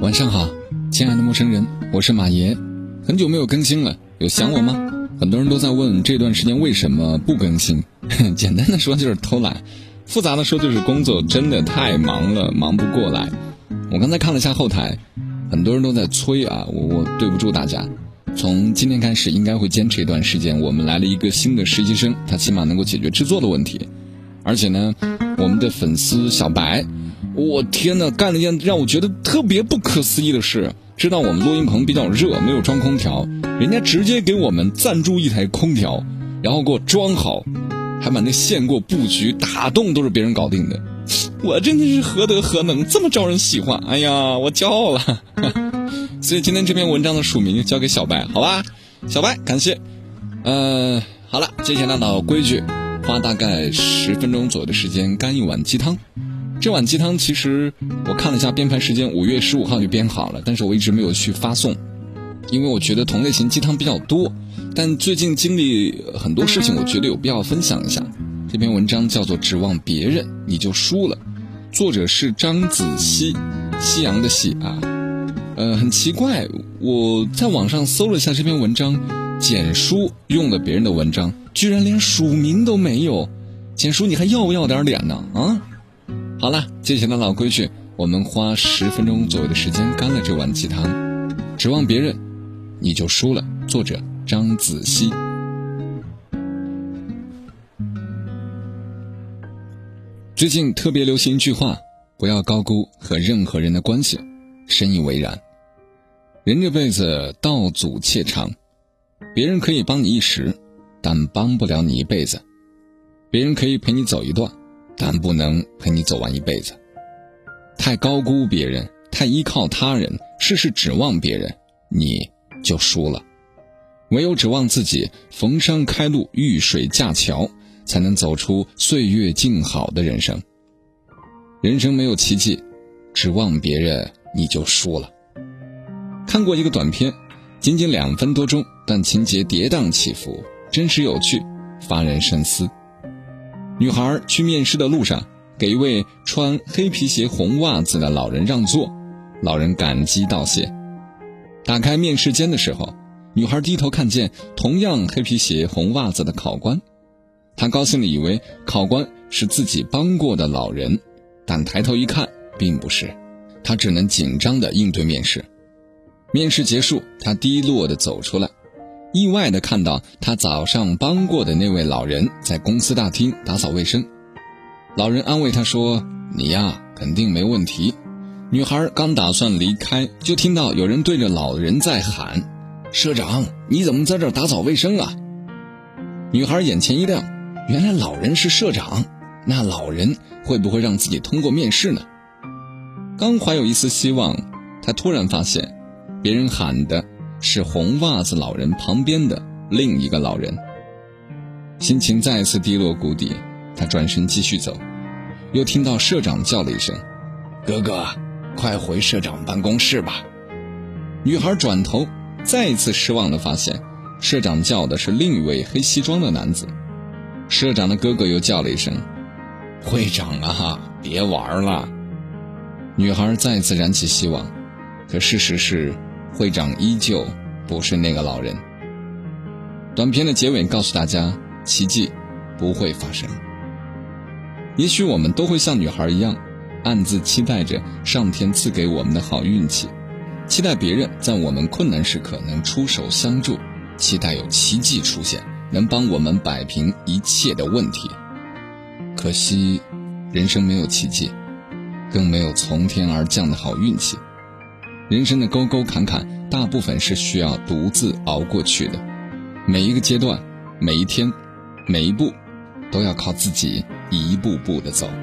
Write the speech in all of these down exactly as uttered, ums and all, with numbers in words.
晚上好，亲爱的陌生人，我是马爷。很久没有更新了，有想我吗？很多人都在问这段时间为什么不更新。简单的说就是偷懒，复杂的说就是工作真的太忙了，忙不过来。我刚才看了一下后台，很多人都在催啊，我我对不住大家。从今天开始应该会坚持一段时间，我们来了一个新的实习生，他起码能够解决制作的问题。而且呢，我们的粉丝小白，我天哪，干了一件让我觉得特别不可思议的事。知道我们录音棚比较热，没有装空调，人家直接给我们赞助一台空调，然后给我装好，还把那线给我布局打洞都是别人搞定的。我真的是何德何能，这么招人喜欢，哎呀，我骄傲了。所以今天这篇文章的署名交给小白，好吧？小白，感谢。呃，好了，接下来到规矩，花大概十分钟左右的时间干一碗鸡汤。这碗鸡汤其实我看了一下编排时间，五月十五号就编好了，但是我一直没有去发送，因为我觉得同类型鸡汤比较多，但最近经历很多事情，我觉得有必要分享一下。这篇文章叫做《指望别人你就输了》，作者是张子熙，夕阳的夕啊。呃，很奇怪，我在网上搜了一下这篇文章，简书用了别人的文章，居然连署名都没有。简书你还要不要点脸呢？啊？好了，接下来老规矩，我们花十分钟左右的时间干了这碗鸡汤。指望别人你就输了，作者张子熙。最近特别流行一句话，不要高估和任何人的关系，深以为然。人这辈子道阻且长，别人可以帮你一时，但帮不了你一辈子。别人可以陪你走一段，但不能陪你走完一辈子。太高估别人，太依靠他人，事事指望别人，你就输了。唯有指望自己，逢山开路，遇水架桥，才能走出岁月静好的人生。人生没有奇迹，指望别人你就输了。看过一个短片，仅仅两分多钟，但情节跌宕起伏，真实有趣，发人深思。女孩去面试的路上，给一位穿黑皮鞋红袜子的老人让座，老人感激道谢。打开面试间的时候，女孩低头看见同样黑皮鞋红袜子的考官，她高兴地以为考官是自己帮过的老人，但抬头一看并不是，她只能紧张地应对面试。面试结束，她低落地走出来，意外地看到他早上帮过的那位老人在公司大厅打扫卫生。老人安慰他说，你呀肯定没问题。女孩刚打算离开，就听到有人对着老人在喊，社长，你怎么在这儿打扫卫生啊？女孩眼前一亮，原来老人是社长，那老人会不会让自己通过面试呢？刚怀有一丝希望，她突然发现别人喊的是红袜子老人旁边的另一个老人。心情再次低落谷底，他转身继续走，又听到社长叫了一声，哥哥，快回社长办公室吧。女孩转头，再一次失望地发现社长叫的是另一位黑西装的男子。社长的哥哥又叫了一声，会长啊，别玩了。女孩再次燃起希望，可事实是会长依旧不是那个老人。短片的结尾告诉大家，奇迹不会发生。也许我们都会像女孩一样，暗自期待着上天赐给我们的好运气，期待别人在我们困难时刻能出手相助，期待有奇迹出现，能帮我们摆平一切的问题。可惜人生没有奇迹，更没有从天而降的好运气。人生的沟沟坎坎大部分是需要独自熬过去的，每一个阶段，每一天，每一步都要靠自己一步步的走。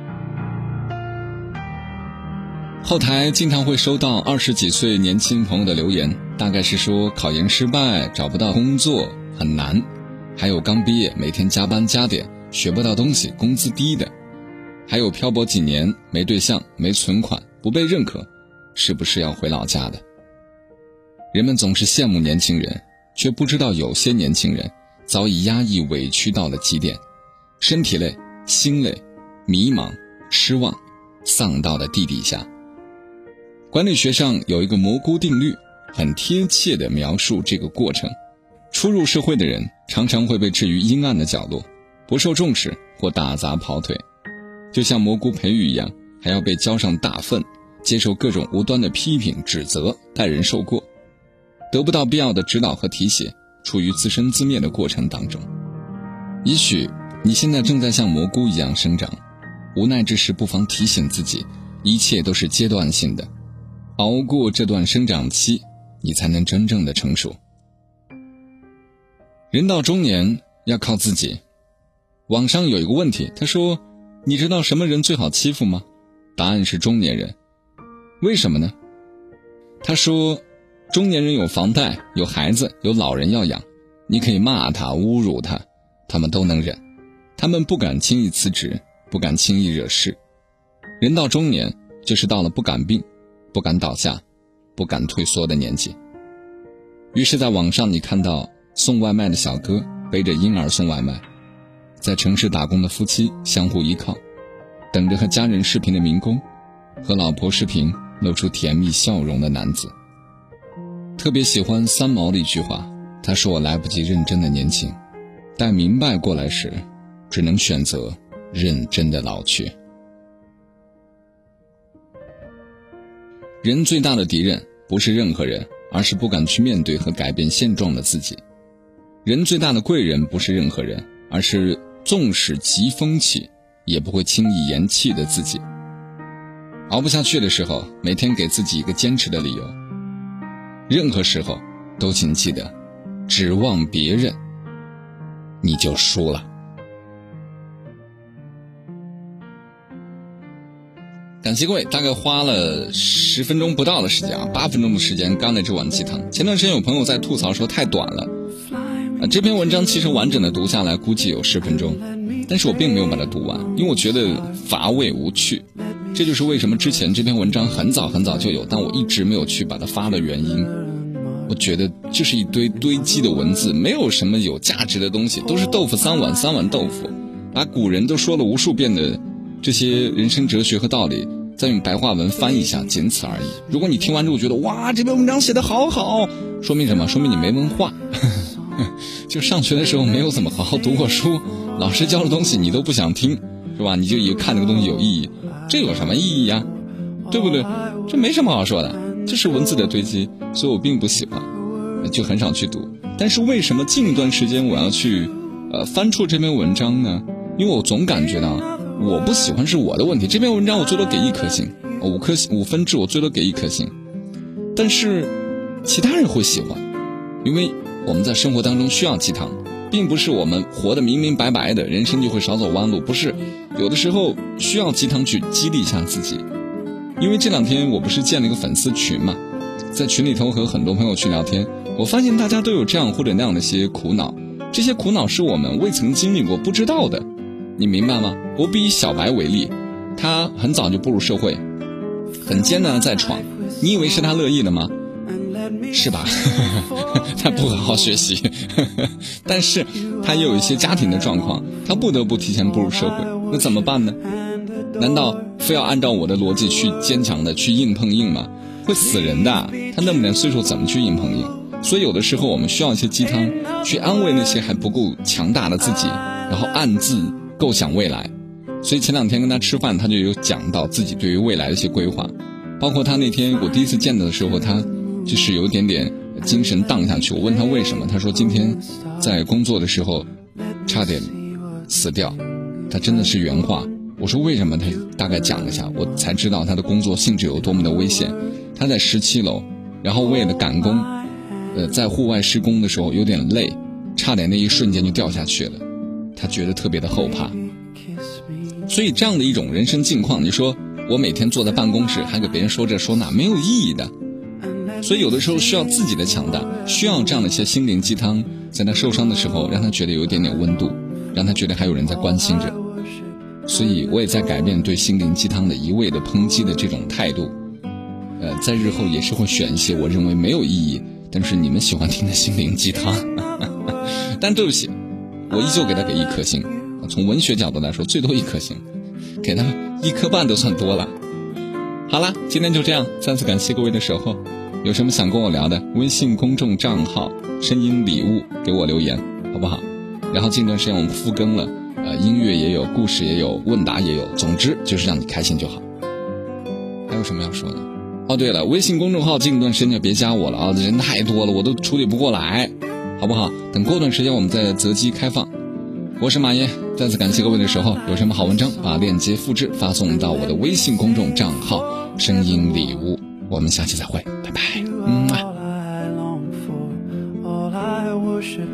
后台经常会收到二十几岁年轻朋友的留言，大概是说考研失败，找不到工作很难，还有刚毕业每天加班加点，学不到东西，工资低的，还有漂泊几年没对象，没存款，不被认可，是不是要回老家的？人们总是羡慕年轻人，却不知道有些年轻人早已压抑委屈到了极点，身体累，心累，迷茫，失望，丧到了地底下。 管理学上有一个蘑菇定律，很贴切地描述这个过程。初入社会的人常常会被置于阴暗的角落，不受重视或打杂跑腿，就像蘑菇培育一样，还要被浇上大粪，接受各种无端的批评指责，待人受过，得不到必要的指导和提携，处于自生自灭的过程当中。也许你现在正在像蘑菇一样生长，无奈之时不妨提醒自己，一切都是阶段性的，熬过这段生长期，你才能真正的成熟。人到中年要靠自己。网上有一个问题，他说，你知道什么人最好欺负吗？答案是中年人。为什么呢？他说，中年人有房贷，有孩子，有老人要养，你可以骂他，侮辱他，他们都能忍，他们不敢轻易辞职，不敢轻易惹事。人到中年就是到了不敢病，不敢倒下，不敢退缩的年纪。于是在网上你看到送外卖的小哥背着婴儿送外卖，在城市打工的夫妻相互依靠，等着和家人视频的民工，和老婆视频露出甜蜜笑容的男子。特别喜欢三毛的一句话，他说，我来不及认真的年轻，待明白过来时，只能选择认真的老去。人最大的敌人不是任何人，而是不敢去面对和改变现状的自己。人最大的贵人不是任何人，而是纵使疾风起也不会轻易言弃的自己。熬不下去的时候，每天给自己一个坚持的理由。任何时候都请记得，指望别人你就输了。感谢各位，大概花了十分钟不到的时间啊，八分钟的时间干了这碗鸡汤。前段时间有朋友在吐槽说太短了啊，这篇文章其实完整的读下来估计有十分钟，但是我并没有把它读完，因为我觉得乏味无趣。这就是为什么之前这篇文章很早很早就有，但我一直没有去把它发的原因。我觉得就是一堆堆积的文字，没有什么有价值的东西，都是豆腐三碗，三碗豆腐，把古人都说了无数遍的这些人生哲学和道理，再用白话文翻译一下，仅此而已。如果你听完之后觉得哇，这篇文章写得好好，说明什么？说明你没文化。就上学的时候没有怎么好好读过书，老师教的东西你都不想听，是吧？你就以为看这个东西有意义，这有什么意义呀？对不对？这没什么好说的，这是文字的堆积，所以我并不喜欢，就很少去读。但是为什么近一段时间我要去呃翻出这篇文章呢？因为我总感觉到我不喜欢是我的问题。这篇文章我最多给一颗星，五颗五分制我最多给一颗星，但是其他人会喜欢，因为我们在生活当中需要鸡汤，并不是我们活得明明白白的人生就会少走弯路，不是，有的时候需要鸡汤去激励一下自己。因为这两天我不是建了一个粉丝群嘛，在群里头和很多朋友去聊天，我发现大家都有这样或者那样的一些苦恼，这些苦恼是我们未曾经历过不知道的，你明白吗？我比以小白为例，他很早就步入社会，很艰难的在闯，你以为是他乐意的吗？是吧？他不好好学习但是他也有一些家庭的状况，他不得不提前步入社会，那怎么办呢？难道非要按照我的逻辑去坚强的去硬碰硬吗？会死人的，他那么点岁数怎么去硬碰硬？所以有的时候我们需要一些鸡汤去安慰那些还不够强大的自己，然后暗自构想未来。所以前两天跟他吃饭，他就有讲到自己对于未来的一些规划，包括他那天我第一次见他的时候，他就是有一点点精神荡下去，我问他为什么，他说今天在工作的时候差点死掉，他真的是原话。我说为什么，他大概讲了一下，我才知道他的工作性质有多么的危险。他在十七楼，然后为了赶工呃，在户外施工的时候有点累，差点那一瞬间就掉下去了，他觉得特别的后怕。所以这样的一种人生境况，你说我每天坐在办公室还给别人说这说那，没有意义的。所以有的时候需要自己的强大，需要这样的一些心灵鸡汤，在他受伤的时候让他觉得有一点点温度，让他觉得还有人在关心着。所以我也在改变对心灵鸡汤的一味的抨击的这种态度，呃，在日后也是会选一些我认为没有意义但是你们喜欢听的心灵鸡汤但对不起，我依旧给他给一颗星，从文学角度来说最多一颗星，给他一颗半都算多了。 好啦，今天就这样，再次感谢各位的守候。有什么想跟我聊的，微信公众账号声音礼物给我留言好不好？然后近段时间我们复更了，呃，音乐也有，故事也有，问答也有，总之就是让你开心就好。还有什么要说的？哦对了，微信公众号近段时间就别加我了啊，人太多了，我都处理不过来，好不好？等过段时间我们再择机开放。我是马爷，再次感谢各位的守候。有什么好文章，把链接复制发送到我的微信公众账号声音礼物。我们下期再会，拜拜。嗯啊